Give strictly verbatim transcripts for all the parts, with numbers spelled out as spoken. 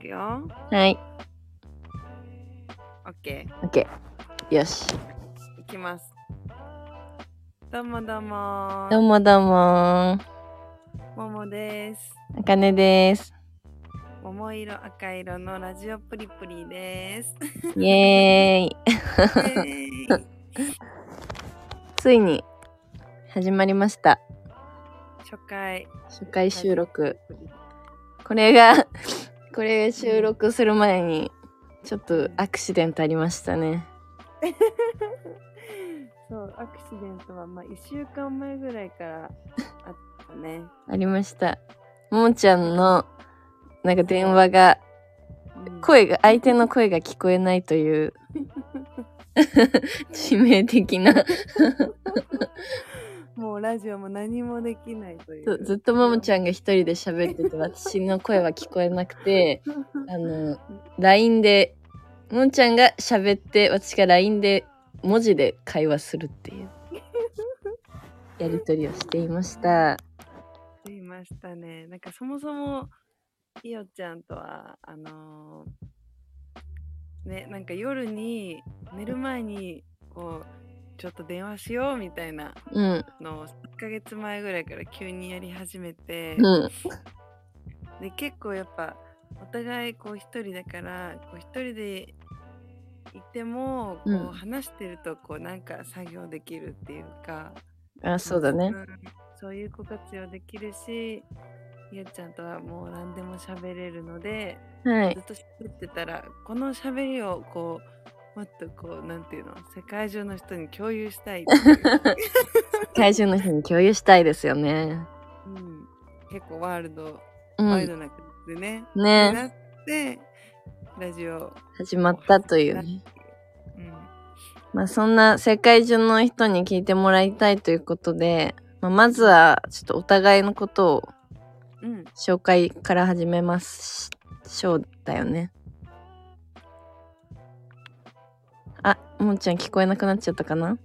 よ。 はい。 オッケー。オッケー。よし。 いきます。どうもどうも。 どうもどうも。 ももです。 あかねです。 桃色赤色のラジオプリプリです。 イエーイ。イエーイついに始まりました。 初回。 初回収録。これがこれ収録する前にちょっとアクシデントありましたね。 そうアクシデントはまあいっしゅうかんまえぐらいからあったね。 ありました。ももちゃんのなんか電話が、うん、声が相手の声が聞こえないという致命的なもうラジオも何もできないという。 ずっとももちゃんが一人で喋ってて私の声は聞こえなくてあの ライン でももちゃんが喋って私が ライン で文字で会話するっていうやり取りをしていました。 していましたね。なんかそもそもいおちゃんとはあのー、ねなんか夜に寝る前にこうちょっと電話しようみたいなのをいっかげつまえぐらいから急にやり始めて、 うん、 で結構やっぱお互いこう一人だからこう一人でいてもこう、うん、話してるとこうなんか作業できるっていうか、 あ、そうだね、 そういう子活用できるし、ゆうちゃんとはもう何でも喋れるので、 はい、 ずっと喋ってたらこの喋りをこうもっとこうなんていうの世界中の人に共有したいっていう世界中の人に共有したいですよね、 うん、結構ワールド、 うん、 ワイドな感じでねねなってラジオ始まったというね、うん、まあそんな世界中の人に聞いてもらいたいということで、まあ、まずはちょっとお互いのことを紹介から始めましょうだよね。あ、ももちゃん聞こえなくなっちゃったかな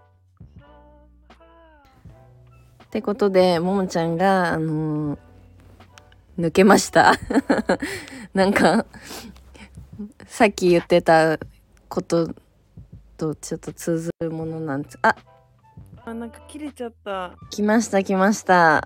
ってことでももちゃんがあのー、抜けましたなんかさっき言ってたこととちょっと通ずるものなんです。ああ、なんか切れちゃった。 来ました来ました。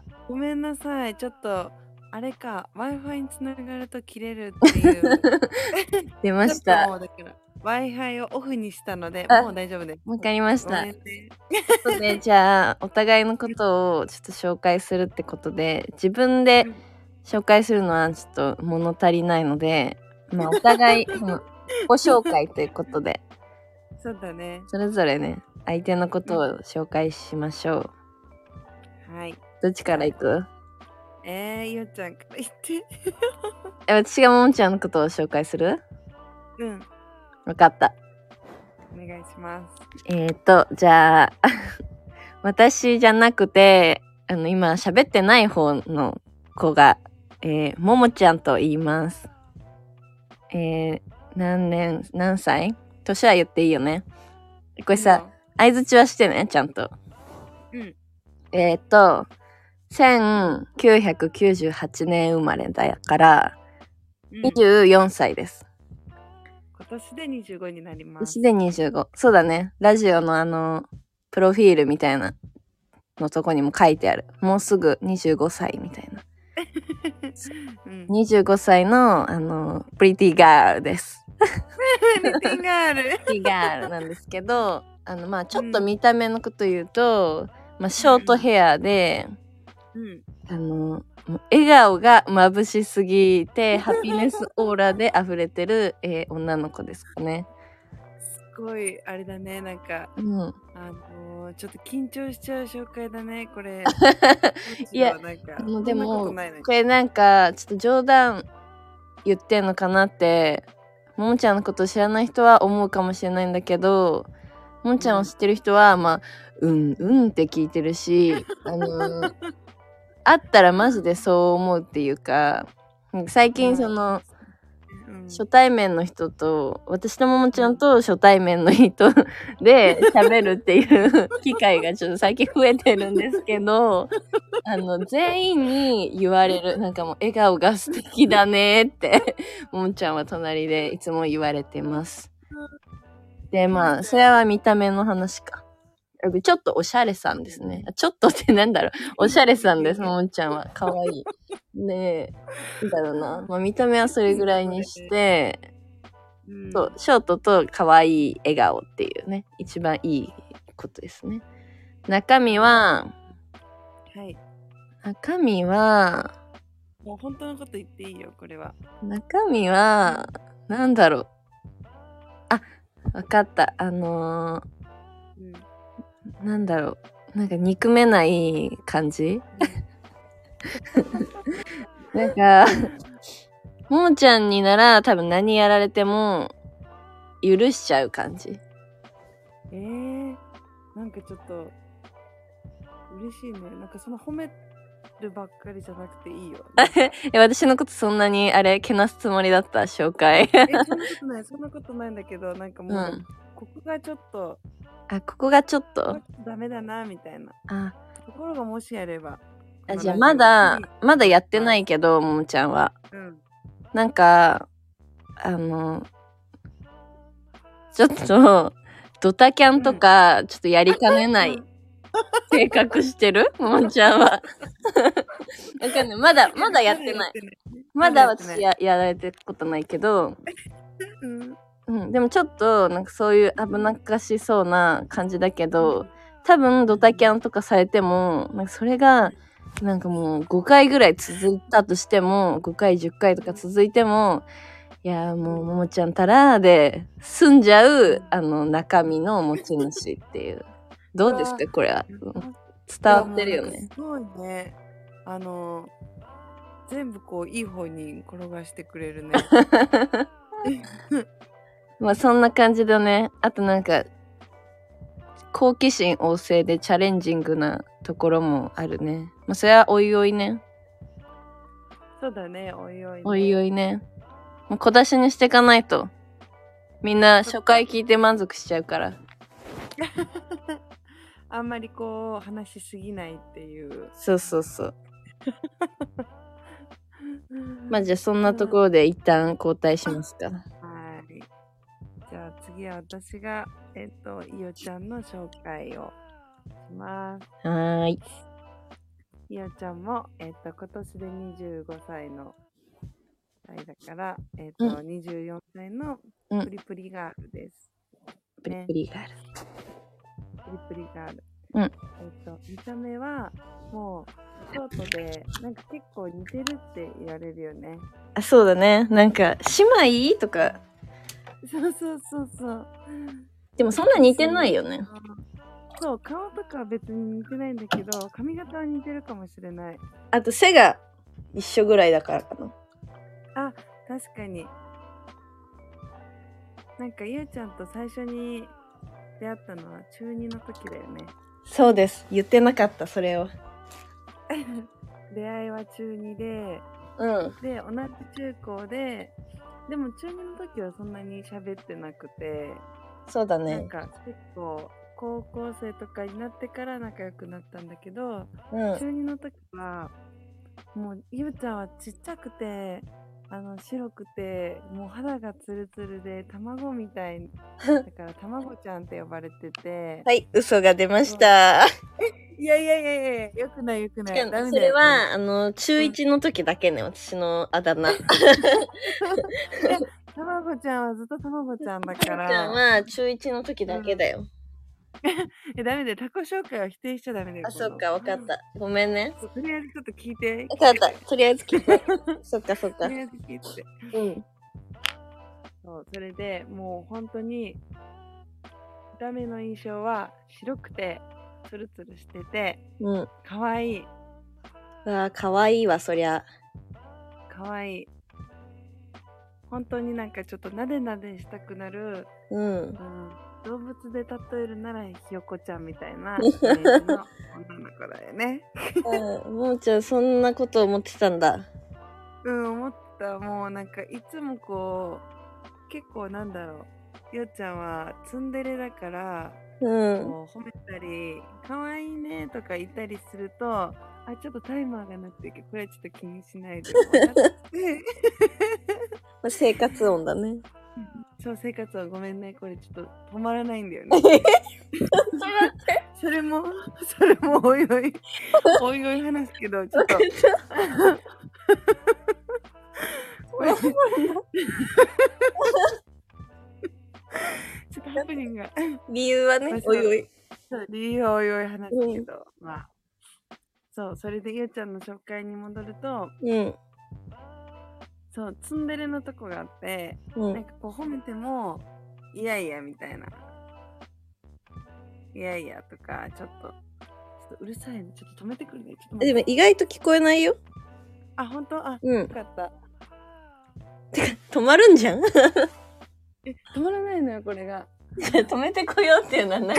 ごめんなさい、ちょっとあれか Wi-Fi につながると切れるっていう出ました。 もうだから Wi-Fi をオフにしたのでもう大丈夫です。 わかりました。でじゃあお互いのことをちょっと紹介するってことで自分で紹介するのはちょっと物足りないので、まあお互いご紹介ということでそうだね、 それぞれね相手のことを紹介しましょう。はい。 どっちから行く？ えー、ゆうちゃんから言ってえ、私がももちゃんのことを紹介する？ うん。 わかった。 お願いします。 えーと、じゃあ私じゃなくて、あの今喋ってない方の子が、えー、ももちゃんと言います。えー、何年、何歳？年は言っていいよね。これさ、相づちはしてね、ちゃんと。 うん。 えーと、せんきゅうひゃくきゅうじゅうはちねん生まれだから、にじゅうよんさいです。 今年でにじゅうごになります。 今年でにじゅうご。そうだね。ラジオのあの、プロフィールみたいなのとこにも書いてある。もうすぐにじゅうごさいみたいな。うん、にじゅうごさいの、あの、プリティガールです。 プリティガール。 プリティガールなんですけど、あの、まあちょっと見た目のこと言うと、うん、まあショートヘアで、うん、あの、笑顔が眩しすぎてハピネスオーラで溢れてる、えー、女の子ですかね。 すごいあれだね、なんか、うん、あのー、ちょっと緊張しちゃう紹介だねこれ。 いやなんかもうでもこれなんかちょっと冗談言ってんのかなってももちゃんのこと知らない人は思うかもしれないんだけど、ももちゃんを知ってる人は、うん、まあうんうんって聞いてるし、あのー会ったらマジでそう思うっていうか、最近その、うん、初対面の人と私とももちゃんと初対面の人で喋るっていう機会がちょっと最近増えてるんですけどあの、全員に言われる。なんかもう、笑顔が素敵だねって、ももちゃんは隣でいつも言われてます。で、まあ、それは見た目の話か。ちょっとおしゃれさんですね。ちょっとってなんだろう。おしゃれさんです、ももちゃんは。かわいい。で、なんだろうな。まあ、見た目はそれぐらいにして、そう、ショートとかわいい笑顔っていうね。一番いいことですね。中身は、 はい。 中身は、 もう本当のこと言っていいよ、これは。 中身は、なんだろう。あ、わかった。あのー、うん、なんだろう。なんか憎めない感じなんか、ももちゃんになら多分何やられても許しちゃう感じ。 えー、なんかちょっと嬉しいね。なんかその褒めるばっかりじゃなくていいよ。 私のことそんなにあれけなすつもりだった紹介。 え、そんなことない、そんなことないんだけど、なんかもう、うん、ここがちょっと、 あ、ここがちょっとダメだなみたいな。 あ、 ところがもしやれば。 あ、じゃあまだまだやってないけど、ももちゃんは、うん、なんかあのちょっとドタキャンとか、うん、ちょっとやりかねない性格してるももちゃんは。わかんない。まだまだやってない。まだ私 や, やられてることないけど、うんうん、でもちょっとなんかそういう危なっかしそうな感じだけど、多分ドタキャンとかされてもなんかそれがなんかもうごかいぐらい続いたとしても、ごかいじゅっかいとか続いても、いやもうももちゃんたらで済んじゃうあの中身の持ち主っていう。どうですかこれは。伝わってるよね。 すごいね。あの全部こういい方に転がしてくれるね。 まあそんな感じだね。あとなんか好奇心旺盛でチャレンジングなところもあるね。まあそれはおいおいね。 そうだね、おいおいね。 おいおいね。もう小出しにしていかないと。みんな初回聞いて満足しちゃうから。 あんまりこう話しすぎないっていう。 そうそうそう。まあじゃあそんなところで一旦交代しますか。はい。 じゃあ次は私がえっといおちゃんの紹介をします。 はーい。 いおちゃんもえっと今年でにじゅうごさいの歳だからえっと、うん、にじゅうよんさいのプリプリガールです。 うん、プリプリガール。 プリプリガール。 うん。 えっと見た目はもうショートでなんか結構似てるって言われるよね。 あ、そうだね。なんか姉妹とか。 そうそうそうそう。 でもそんな似てないよね。 そう、顔とかは別に似てないんだけど、髪型は似てるかもしれない。 あと背が一緒ぐらいだからかな。 あ、確かに。なんかゆうちゃんと最初に出会ったのは中にの時だよね。 そうです。言ってなかったそれを。 出会いは中にで、 うん。 で同じ中高で、でも中にの時はそんなに喋ってなくて。 そうだね。 なんか結構高校生とかになってから仲良くなったんだけど、 うん、 中にの時はもうゆうちゃんはちっちゃくてあの白くてもう肌がツルツルで卵みたいだから卵ちゃんって呼ばれててはい、嘘が出ました。 いやいやいやいや、よくないよくない。 ダメだよ。それはあの中いちの時だけね、うん、私のあだ名。 たまごちゃんはずっとたまごちゃんだから。たまごちゃんは中いちの時だけだよ。 え、ダメだよ。タコ紹介は否定しちゃダメだよ。 あ、そっか、わかった。ごめんね。 とりあえずちょっと聞いて。 わかった。とりあえず聞いて。そっかそっか。 とりあえず聞いて。うん。そう、それでもう本当に見た目の印象は白くてツルツルしてて、うん、かわいい。 わあ、かわいいわ、そりゃ。 かわいい。本当になんかちょっとなでなでしたくなる、うんうん、動物で例えるならひよこちゃんみたいなイメージの女の子だよね。 うん、もうちゃんそんなこと思ってたんだ。 うん、思った。もうなんかいつもこう結構なんだろう、よっちゃんはツンデレだから、 うんこう褒めたり可愛いねとか言ったりすると、あちょっとタイマーが鳴ってるけどこれちょっと気にしないでもらって生活音だね。 そう生活音ごめんねこれちょっと止まらないんだよねそれもそれもおいおいおいおい話すけどちょっとちょっとハプニングが理由はね、おいおい。 そう理由はおいおい話すけど、うん、まあそうそれでゆうちゃんの紹介に戻ると、 うん、 そうツンデレのとこがあって、 うん、 なんかこう褒めてもいやいやみたいな、いやいやとかちょっとちょっとうるさいのちょっと止めてくるね。ちょっと待って。 でも意外と聞こえないよ。 あ本当あ、 うん、 よかった。 てか止まるんじゃんえ止まらないのよこれが。 止めてこようっていうのはない。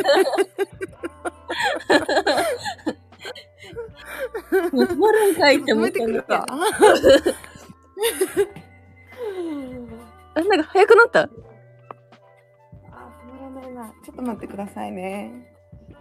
もう止まるんかいって思ってんだけど。あ、なんか早くなった？ あ、止まらないな。ちょっと待ってくださいね。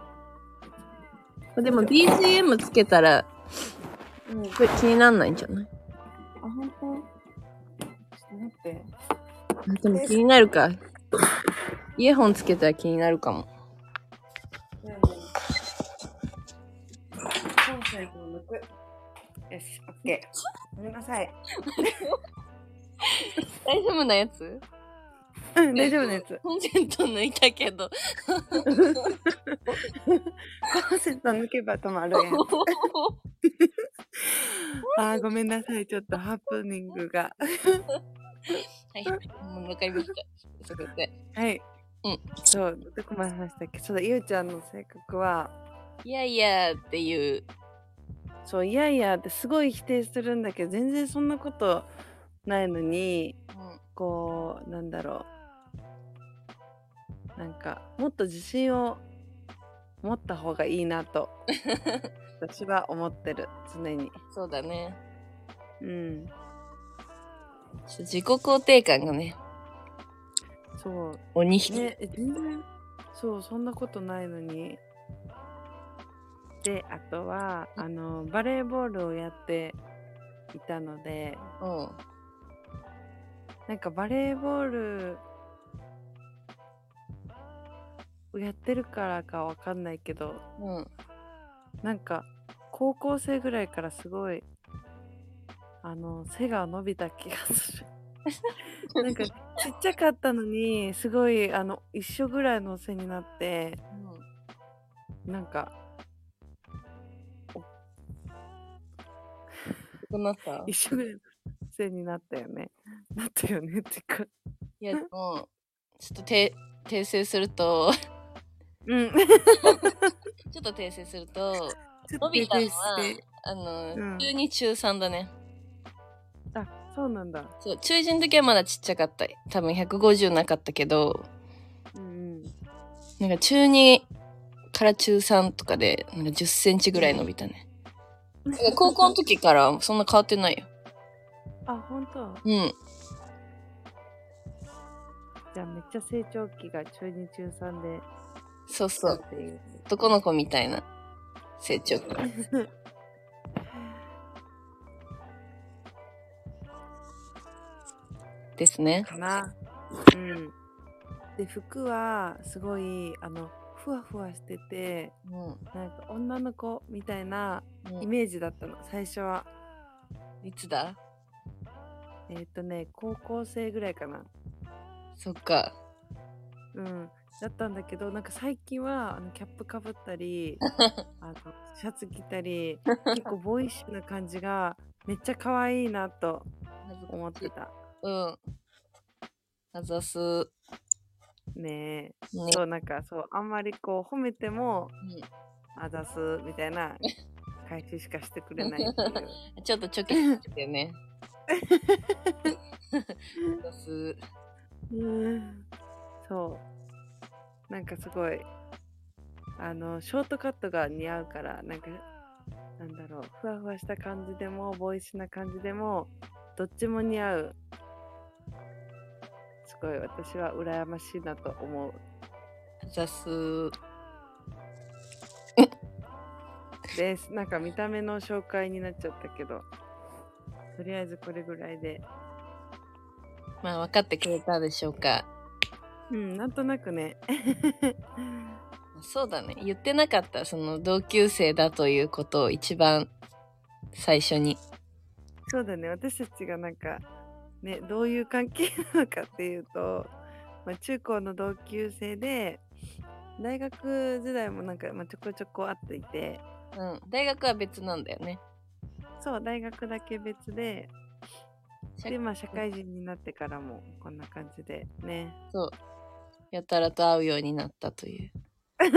でも ビージーエム つけたら、うん、これ気にならないんじゃない？ あ、ほんと？ちょっと待って。 でも気になるか。イヤホンつけたら気になるかも。 よし、オッケー。ごめんなさい。 大丈夫なやつ？ うん、大丈夫なやつ。 コンセント抜いたけど。 コンセント抜けば止まるやつ。あー、ごめんなさい。ちょっとハプニングが。 はい、もうわかりました。そこで。 はい。うん。そう、どこまで話したっけ？そうだ、ゆうちゃんの性格は、 いやいやっていう。 そう、いやいやってすごい否定するんだけど、全然そんなことないのに、うん、こう、なんだろう。なんか、もっと自信を持った方がいいなと、私は思ってる、常に。 そうだね。 うん。 自己肯定感がね。 そう。 鬼引き。 ね、全然、そう、そんなことないのに。で、あとは、あの、バレーボールをやっていたので、うん。なんかバレーボールをやってるからかわかんないけど、うん。なんか、高校生ぐらいからすごい、あの、背が伸びた気がする。なんかちっちゃかったのにすごいあの一緒ぐらいの背になって、うん、なんかおなった一緒ぐらいの背になったよね。なったよねってか。 いや、もうちょっとて訂正すると、 うん。 ちょっと訂正すると、伸びたのはあの、うん、中に中さんだね。 あ、そうなんだ。 そう、中いちの時はまだちっちゃかった。多分ひゃくごじゅうなかったけど、うん、なんか中にから中さんとかでなんかじゅっセンチぐらい伸びたね。高校の時からそんな変わってないよ。 あ、ほんと？ うん。 じゃあめっちゃ成長期が中に中さんで。 そうそう。男の子みたいな成長期。ですね。 かな。うん。で、服はすごいあのふわふわしてて、うん、なんか女の子みたいなイメージだったの、うん、最初は。 いつだ？ えっとね、高校生ぐらいかな。 そっか。 うん。だったんだけど、なんか最近はあのキャップかぶったりあのシャツ着たり結構ボーイッシュな感じがめっちゃ可愛いなと思ってた。 うん。あざす。 ねえ、ね、そうなんかそうあんまりこう褒めても、うん、あざすみたいな返ししかしてくれないっていうちょっとチョキしてね。あざす。 うん、そうなんかすごいあのショートカットが似合うからなんかなんだろうふわふわした感じでもボーイッシュな感じでもどっちも似合う。すごい私は羨ましいなと思う。 ざすです。なんか見た目の紹介になっちゃったけど、とりあえずこれぐらいで。 まあ分かってくれたでしょうか。 うん、なんとなくね。 そうだね。言ってなかった。その同級生だということを一番最初に。 そうだね。私たちがなんか、ね、どういう関係なのかっていうと、まあ、中高の同級生で、大学時代もなんか、まあ、ちょこちょこ会っていて。 うん。大学は別なんだよね。 そう、大学だけ別で、で、まあ、社会人になってからもこんな感じでね。 そう。やたらと会うようになったという。や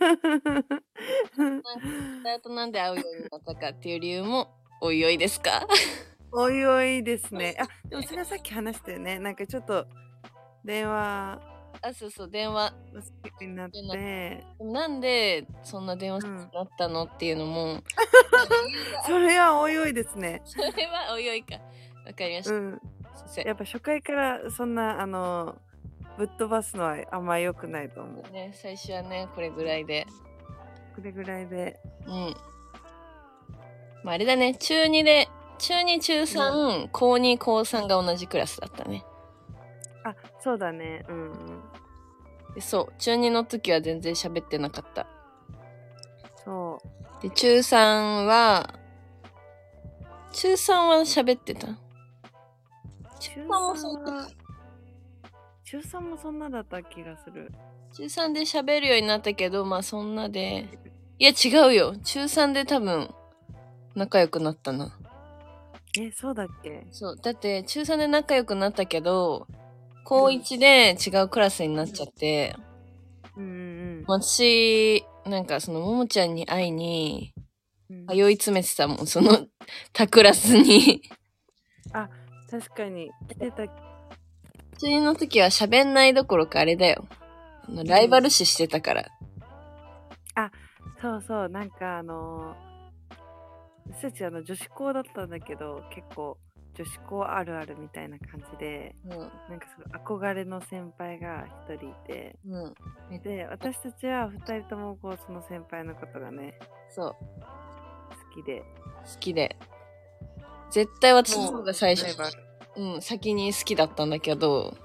たらとなんで会うようになったかっていう理由も、おいおいですかおいおいですね。あ、でもそれはさっき話したよね。なんかちょっと、電話。 あ、そうそう、電話。 になって。 でもなんでそんな電話になったの、うん、っていうのもそれはおいおいですね。 それはおいおいか。わかりました。うん、 やっぱ初回からそんなあのぶっ飛ばすのはあんま良くないと思う。 ね、最初はねこれぐらいで。 これぐらいで。 うん。まああれだね、中にで中に中さん、うん、高に高さんが同じクラスだったね。 あ、そうだね。うんうん。 でそう、中にの時は全然喋ってなかった。 そう。 で、中さんは、中さんは喋ってた？ 中さんもそんな、中さんもそんなだった気がする。 中さんで喋るようになったけど、まあそんなで、いや違うよ。中さんで多分、仲良くなったな。 え、そうだっけ？ そう。だって、中さんで仲良くなったけど、高いちで違うクラスになっちゃって、 うんうんうん。 私、なんかその、ももちゃんに会いに、通い詰めてたもん、その、他クラスに。 あ、確かに、来てた。 中にの時は喋んないどころかあれだよ。あのライバル視してたから。 うん、あ、そうそう、なんかあのー、私たちあの女子校だったんだけど、結構女子校あるあるみたいな感じで、うん、なんかすごい憧れの先輩が一人いて、うん、で、私たちは二人ともこうその先輩のことがね、 そう。 好きで。 好きで。絶対私の方が最初、うん、先に好きだったんだけど、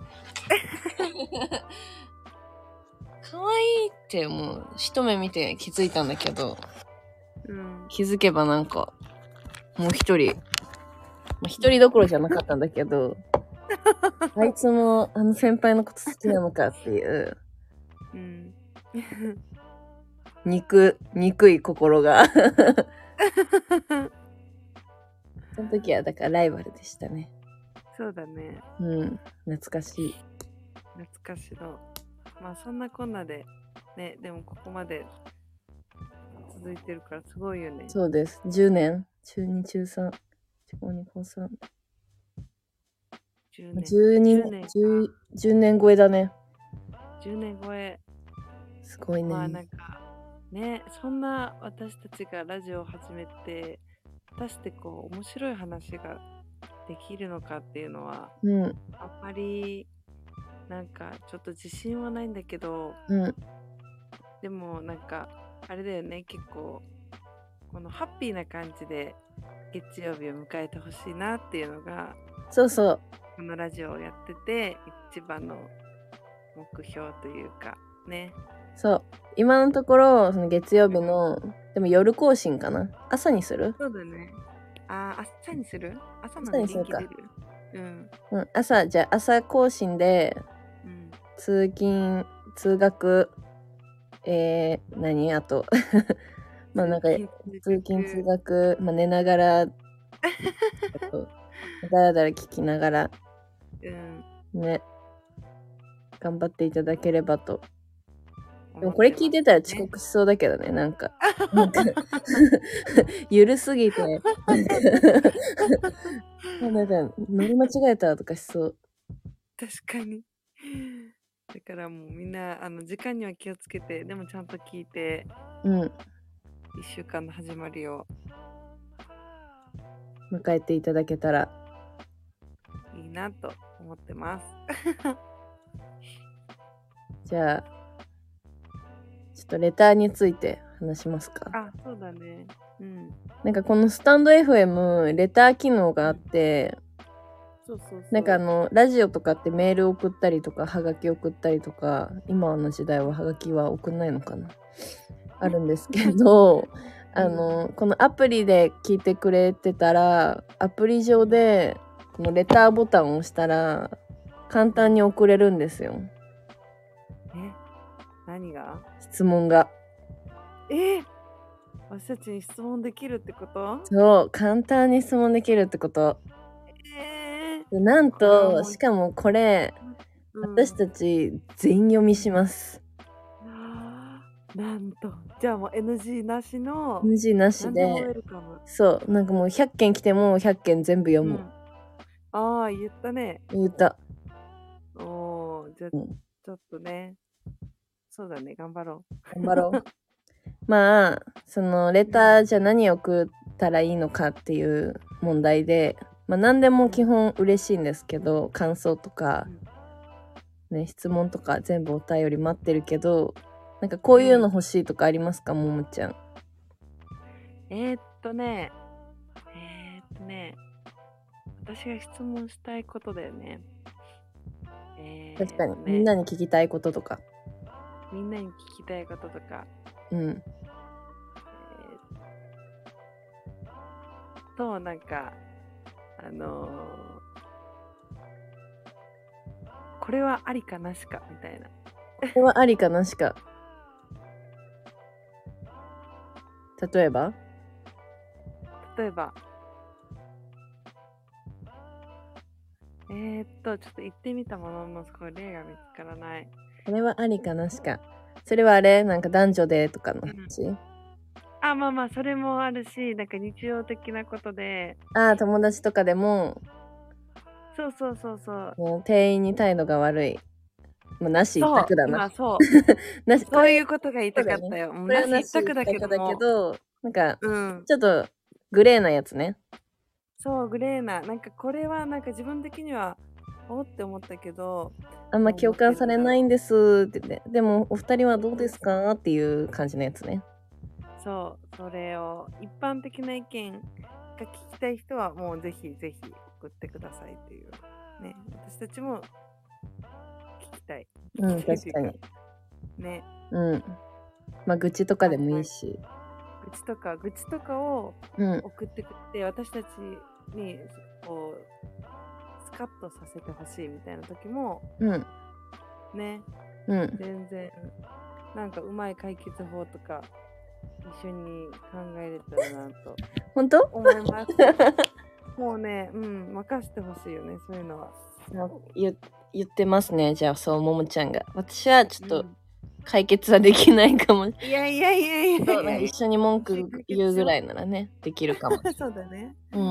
可愛いってもう一目見て気づいたんだけど、うん、気づけばなんか、もう一人、まあ、一人どころじゃなかったんだけど、あいつもあの先輩のこと好きなのかっていう、うん、憎、憎い心が。その時はだからライバルでしたね。 そうだね。 うん、懐かしい。 懐かしの。まあそんなこんなで、ね、でもここまで続いてるからすごいよね。 そうです。じゅうねん。中に、中さん。高に、高さん。じゅうねん。じゅうにねん。じゅうねん超えだね。 じゅうねん超え。 すごいね。 まあなんか、ね、そんな私たちがラジオを始めて、果たしてこう、面白い話ができるのかっていうのは、うん、あんまり、なんかちょっと自信はないんだけど、うん、でもなんかあれだよね、結構このハッピーな感じで月曜日を迎えてほしいなっていうのが、 そうそう、 このラジオをやってて一番の目標というかね。 そう、今のところその月曜日の、うん、でも夜更新かな。朝にする？ そうだね。あ、朝にする？朝のにするか。うん、 うん、朝、じゃあ朝更新で、うん、通勤通学、えー、何あとまあなんか通勤通学、まあ、寝ながらだらだら聞きながら、うん、ね、頑張っていただければと。でもこれ聞いてたら遅刻しそうだけどね、なんか。なんかゆるすぎて。なんか乗り間違えたとかしそう。 確かに。だからもうみんなあの時間には気をつけて、でもちゃんと聞いて、うん、いっしゅうかんの始まりを迎えていただけたらいいなと思ってます。 じゃあっとレターについて話しますか。 あ、そうだね。うん。 なんかこのスタンド エフエム レター機能があって、 そうそうそう。 なんかあのラジオとかってメール送ったりとかハガキ送ったりとか、今の時代はハガキは送んないのかなあるんですけどあのこのアプリで聞いてくれてたら、アプリ上でこのレターボタンを押したら簡単に送れるんですよ。 え、何が？ 質問が。 え、私たちに質問できるってこと？ そう、簡単に質問できるってこと。 えー、でなんとしかもこれ、うん、私たち全読みします。 なんと、じゃあもう エヌジー なしのエヌジー なしで、そう、なんかもうひゃっけん来てもひゃっけん全部読む。うん、 ああ、言ったね。 言った。 おー、じゃあ、うん、ちょっとね、そうだね、頑張ろう。頑張ろう。まあ、そのレターじゃ何を送ったらいいのかっていう問題で、まあ何でも基本嬉しいんですけど、感想とか、ね、質問とか全部お便り待ってるけど、なんかこういうの欲しいとかありますか、ももちゃん。 えー、っとね、えー、っとね、私が質問したいことだよね。 えー、確かに、ね、みんなに聞きたいこととか。 みんなに聞きたいこととか。 うん。 えー、と、なんか、あのー、これはありかなしかみたいな。 これはありかなしか。例えば例えばえー、っとちょっと言ってみたもののすごい例が見つからない。 これはありかなしか。それはあれなんか男女でとかの話、うん、 あ、まあまあそれもあるし、なんか日常的なことで、 ああ友達とかでも、 そうそうそうそう、 もう店員に態度が悪い、まあ、なし一択だな。 そう、なしそういうことが言いたかったよ。 これはなし一択だけども、だけどなんか、うん、ちょっとグレーなやつね。 そうグレーな、なんかこれはなんか自分的にはおって思ったけど、 あんま共感されないんですって言って、でもお二人はどうですかっていう感じのやつね。 そう、それを一般的な意見が聞きたい人はもうぜひぜひ送ってくださいっていうね。私たちも聞きたい。 うん、確かに。 ね。 うん。まあ愚痴とかでもいいし。 愚痴とか愚痴とかを送ってくれて、うん、私たちにこうスカッとさせてほしいみたいな時も、 うん、 ね、 うん、 全然なんかうまい解決法とか一緒に考えれたらなと本当思いますもうね、うん、任せてほしいよね、そういうのは。 言, 言ってますね。じゃあそうももちゃんが、私はちょっと解決はできないかも、うん、 いやいやいやいやいや、 そう、一緒に文句言うぐらいならねできるかもそうだね。 うん。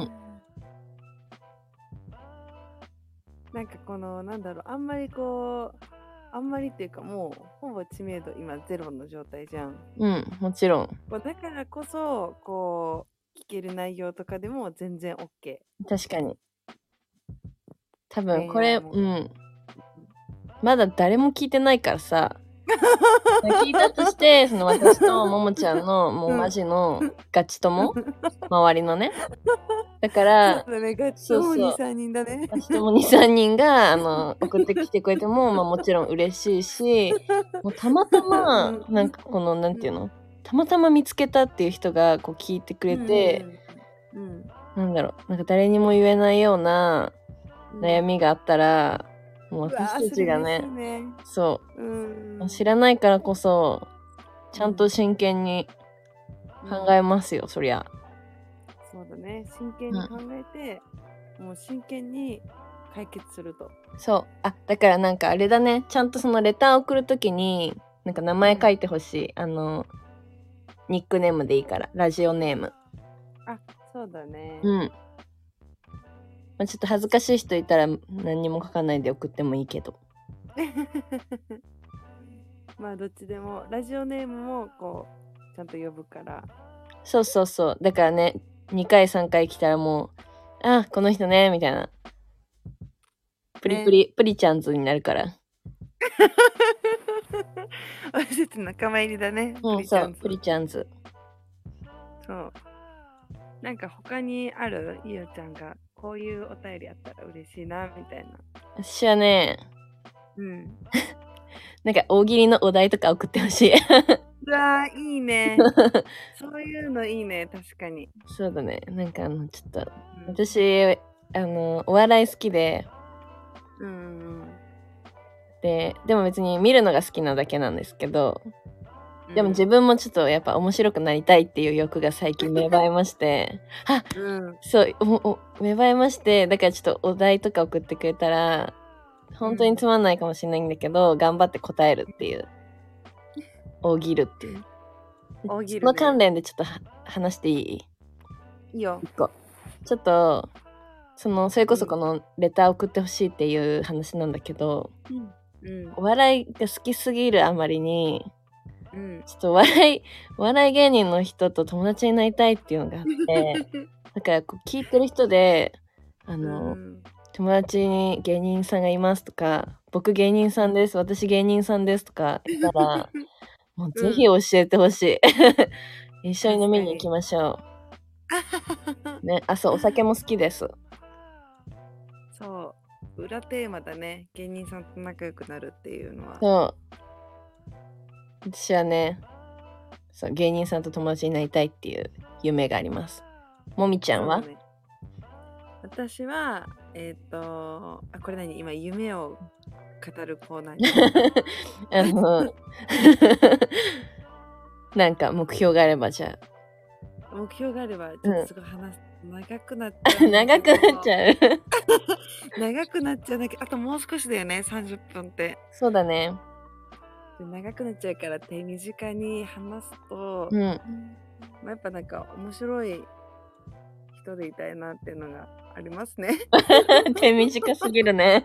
なんかこのなんだろう、あんまりこうあんまりっていうかもうほぼ知名度今ゼロの状態じゃん。 うん、もちろん。 だからこそこう聞ける内容とかでも全然 OK。 確かに。多分これ、うん。まだ誰も聞いてないからさ。聞いたとしてその私とももちゃんのもうマジのガチ友、周りのね。だからそうだね、ガチ友にさんにんだね。 ガチ友にさんにんがあの送ってきてくれても、まあ、もちろん嬉しいし、もうたまたまなんかこのなんていうの、たまたま見つけたっていう人がこう聞いてくれて、うんうんうん、なんだろう、なんか誰にも言えないような悩みがあったら、うん、もう私たちがね、ね、そう、うん、知らないからこそちゃんと真剣に考えますよ、うん、そりゃ。 そうだね、真剣に考えて、うん、もう真剣に解決すると。 そう、あ、だからなんかあれだね、ちゃんとそのレター送るときになんか名前書いてほしい、うん、あのニックネームでいいから、ラジオネーム。 あ、そうだね。 うん。まあ、ちょっと恥ずかしい人いたら何にも書かないで送ってもいいけど。 まあどっちでもラジオネームもこうちゃんと呼ぶから。 そうそうそう、だからね、にかいさんかい来たらもう、あ、この人ねみたいな、プリプリ、ね、プリちゃんズになるから。 私たち仲間入りだね。 うん、そう、プリちゃんズ。 そう。なんか他にあるいおちゃんがこういうお便りあったら嬉しいなみたいな。 私はね、 うん。 なんか大喜利のお題とか送ってほしい。 うわー、いいね。そういうのいいね、確かに。 そうだね。なんかあの、ちょっと、うん、私、あの、お笑い好きで、 うん。 で、でも別に見るのが好きなだけなんですけど、でも自分もちょっとやっぱ面白くなりたいっていう欲が最近芽生えまして、あ、うん、そうおお、芽生えまして、だからちょっとお題とか送ってくれたら、本当につまんないかもしれないんだけど、うん、頑張って答えるっていう。大喜るっていう。大喜る、ね。その関連でちょっと話していい？ いいよ。 ちょっと、その、それこそこのレター送ってほしいっていう話なんだけど、うんうん、お笑いが好きすぎるあまりに、うん、ちょっと笑い、笑い芸人の人と友達になりたいっていうのがあって、だからこう聞いてる人で、あの、うん、友達に芸人さんがいますとか、僕芸人さんです、私芸人さんですとか言ったら、もうぜひ教えてほしい。うん、一緒に飲みに行きましょう。ね、あ、そう、お酒も好きです。 そう、裏テーマだね。芸人さんと仲良くなるっていうのは。 そう。私はね、そう、芸人さんと友達になりたいっていう夢があります。もみちゃんは？ ね、私は、えっ、ー、と、あ、これ何？今、夢を語るコーナーに。 あの、なんか目標があれば、じゃあ。目標があれば、ちょっとすごい話す、うん、長くなっちゃう。 長くなっちゃう。 長くなっちゃうだけど、あともう少しだよね、さんじゅっぷんって。 そうだね。 長くなっちゃうから手短に話すと、うん、まあ、やっぱなんか面白い人でいたいなっていうのがありますね。 手短すぎるね。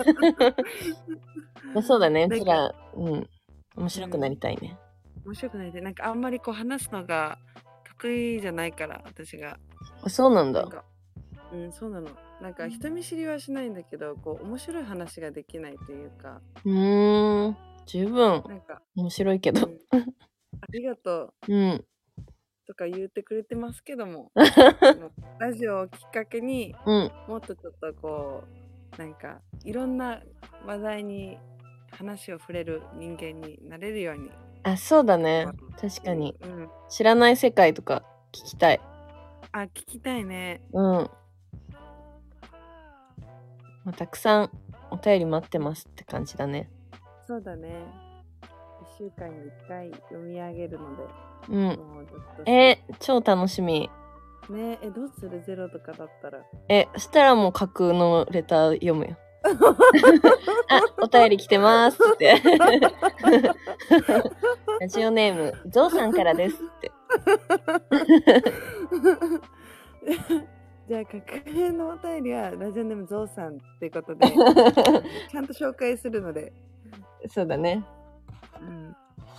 そうだね。うちら、うん、面白くなりたいね。 うん、面白くなりたい。なんかあんまりこう話すのが得意じゃないから、私が。 あ、そうなんだ。なんかうん、そうなの。なんか人見知りはしないんだけど、こう面白い話ができないというか。 うーん。十分なんか面白いけど、うん、 ありがとう、うん、とか言ってくれてますけどもラジオをきっかけに、うん、もっとちょっとこうなんかいろんな話題に話を触れる人間になれるように。 あ、そうだね、確かに、うん、知らない世界とか聞きたい。 あ、聞きたいね。 うん、まあ、たくさんお便り待ってますって感じだね。 そうだね。いっしゅうかんにいっかい読み上げるので。 うん。えー、超楽しみ。 ねえ、どうする？ゼロとかだったら。 え、そしたらもう架空のレター読むよ。あ、お便り来てますって。ラジオネーム、ゾウさんからですって。 じゃあ架空のお便りはラジオネームゾウさんってことでちゃんと紹介するので。 そうだね。うん。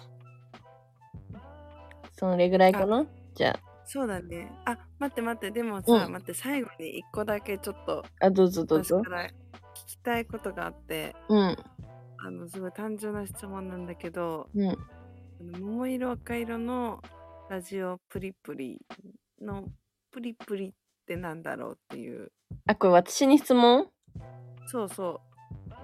それぐらいかな。じゃあ。 そうだね。あ、待って待って、でもさ、うん、待って、最後に一個だけちょっと。 あ、どうぞどうぞ。 私から聞きたいことがあって。 うん。 あの、すごい単純な質問なんだけど。うん。あの桃色赤色のラジオプリプリのプリプリってなんだろうっていう。 あ、これ私に質問？ そうそう。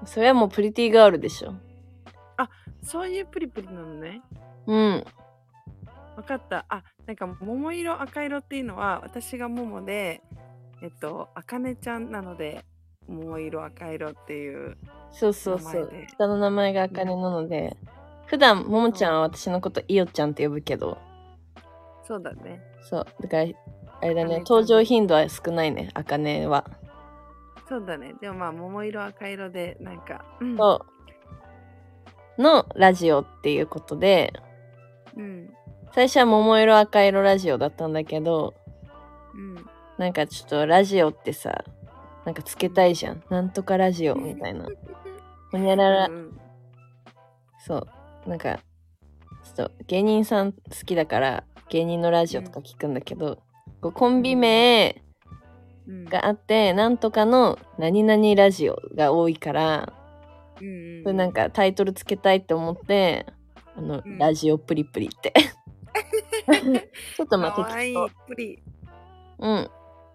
それはもうプリティガールでしょ。 あ、そういうプリプリなのね。 うん。 分かった。あ、なんか桃色赤色っていうのは私が桃で、えっとあかねちゃんなので桃色赤色っていう。 そうそうそう。下の名前があかねなので、うん、普段ももちゃんは私のこといおちゃんって呼ぶけど。 そうだね。 そうだからあれだね、登場頻度は少ないね、あかねは。 そうだね。でもまあ桃色赤色でなんか、 うん、そうのラジオっていうことで、うん。最初は桃色赤色ラジオだったんだけど、うん、なんかちょっとラジオってさ、なんかつけたいじゃん。なんとかラジオみたいな。ほにゃらら、うん、そう、なんか、ちょっと芸人さん好きだから芸人のラジオとか聞くんだけど、うん、こうコンビ名があって、なんとかの何々ラジオが多いから、 うんうん、 それなんかタイトルつけたいって思って、あの、うん、ラジオプリプリって。ちょっとまあ、 かわいいプリ。 うん。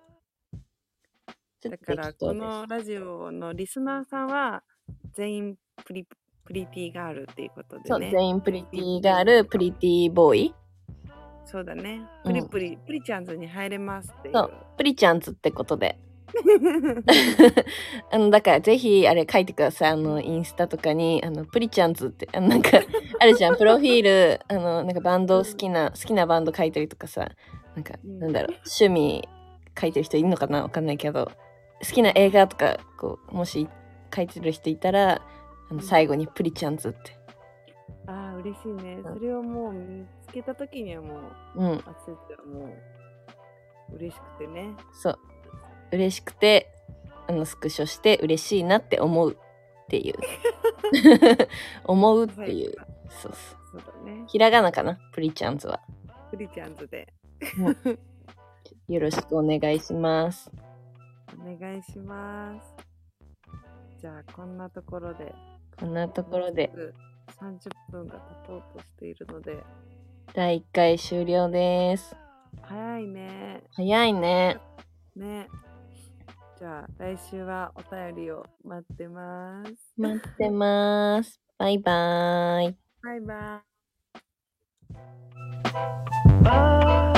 だからこのラジオのリスナーさんは全員プリプリティガールっていうことでね。 そう、全員プリティガール、プリティボーイ。 そうだね。プリプリ、うん、プリちゃんズに入れますっていう。 そう、プリちゃんズってことで。あのだからぜひあれ書いてください。あのインスタとかにあのプリちゃんズってあのなんかあるじゃんプロフィールあのなんかバンド好きな、うん、好きなバンド書いたりとかさなんか、うん、なんだろう趣味書いてる人いるのかなわかんないけど好きな映画とかこうもし書いてる人いたらあの最後にプリちゃんズって。 ああ嬉しいね。それをもう見つけた時にはもう、うん、焦ってはもう嬉しくてね。 そう。嬉しくてあのスクショして嬉しいなって思うっていう思うっていう、そうそう、そうだね、ひらがなかなプリちゃんズはプリちゃんズで、 うん、よろしくお願いします。 お願いします。じゃあこんなところでこんなところでさんじゅっぷんが経とうとしているのでだいいっかい終了です。 早いね。 早いね。 ね。じゃあ来週はお便りを待ってます。 待ってます。バイバーイ。 バイバイ。